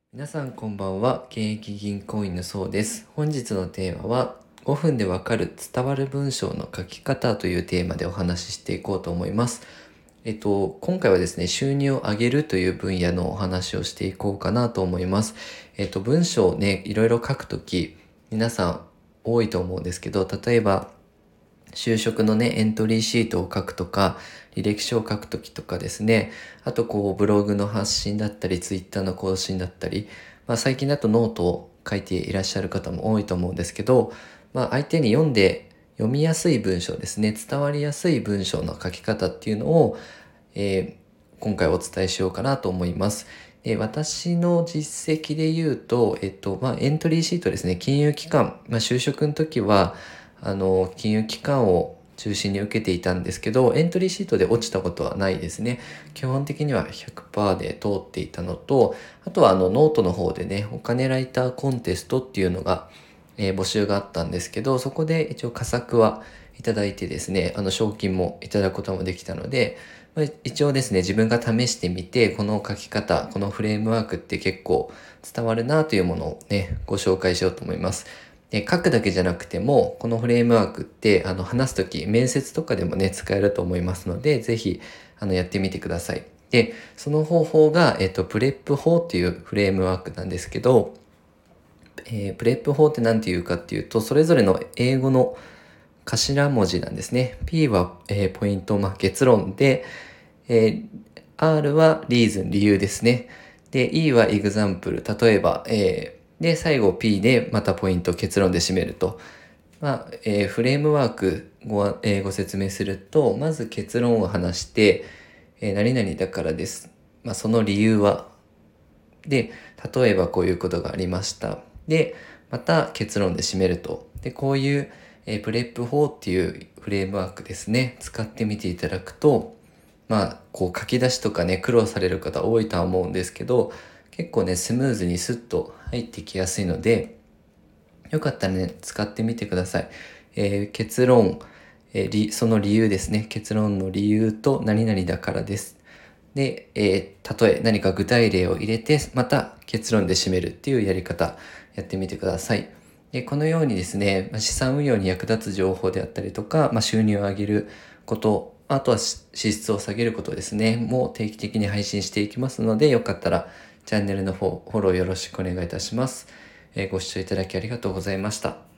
皆さんこんばんは。現役銀行員のそうです。本日のテーマは5分でわかる伝わる文章の書き方というテーマでお話ししていこうと思います。今回はですね、収入を上げるという分野のお話をしていこうかなと思います。文章をね、いろいろ書くとき、皆さん多いと思うんですけど、例えば就職のね、エントリーシートを書くとか、履歴書を書くときとかですね、あとブログの発信だったり、ツイッターの更新だったり、最近だとノートを書いていらっしゃる方も多いと思うんですけど、相手に読みやすい文章ですね、伝わりやすい文章の書き方っていうのを、今回お伝えしようかなと思います。私の実績で言うと、エントリーシートですね、金融機関、就職の時は、金融機関を中心に受けていたんですけど、エントリーシートで落ちたことはないですね。基本的には100%で通っていたのと、あとはノートの方でね、お金ライターコンテストっていうのが、募集があったんですけど、そこで一応佳作はいただいてですね、賞金もいただくこともできたので、一応ですね、自分が試してみて、この書き方、このフレームワークって結構伝わるなというものをね、ご紹介しようと思います。で、書くだけじゃなくても、このフレームワークって、話すとき、面接とかでもね、使えると思いますので、ぜひ、やってみてください。で、その方法が、プレップ法っていうフレームワークなんですけど、プレップ法って何て言うかっていうと、それぞれの英語の頭文字なんですね。P は、ポイント、結論で、R はリーズン、理由ですね。で、E は example、例えば、で、最後 P でまたポイント、結論で締めると。フレームワークご説明すると、まず結論を話して、何々だからです。その理由は。で、例えばこういうことがありました。で、また結論で締めると。で、こういう、プレップ法っていうフレームワークですね。使ってみていただくと、書き出しとかね、苦労される方多いとは思うんですけど、結構ね、スムーズにスッと入ってきやすいので、よかったらね、使ってみてください。結論、その理由ですね。結論の理由と何々だからです。で、例え何か具体例を入れて、また結論で締めるっていうやり方、やってみてください。で、このようにですね、資産運用に役立つ情報であったりとか、収入を上げること、あとは支出を下げることですね、もう定期的に配信していきますので、よかったらチャンネルのフォローよろしくお願いいたします。ご視聴いただきありがとうございました。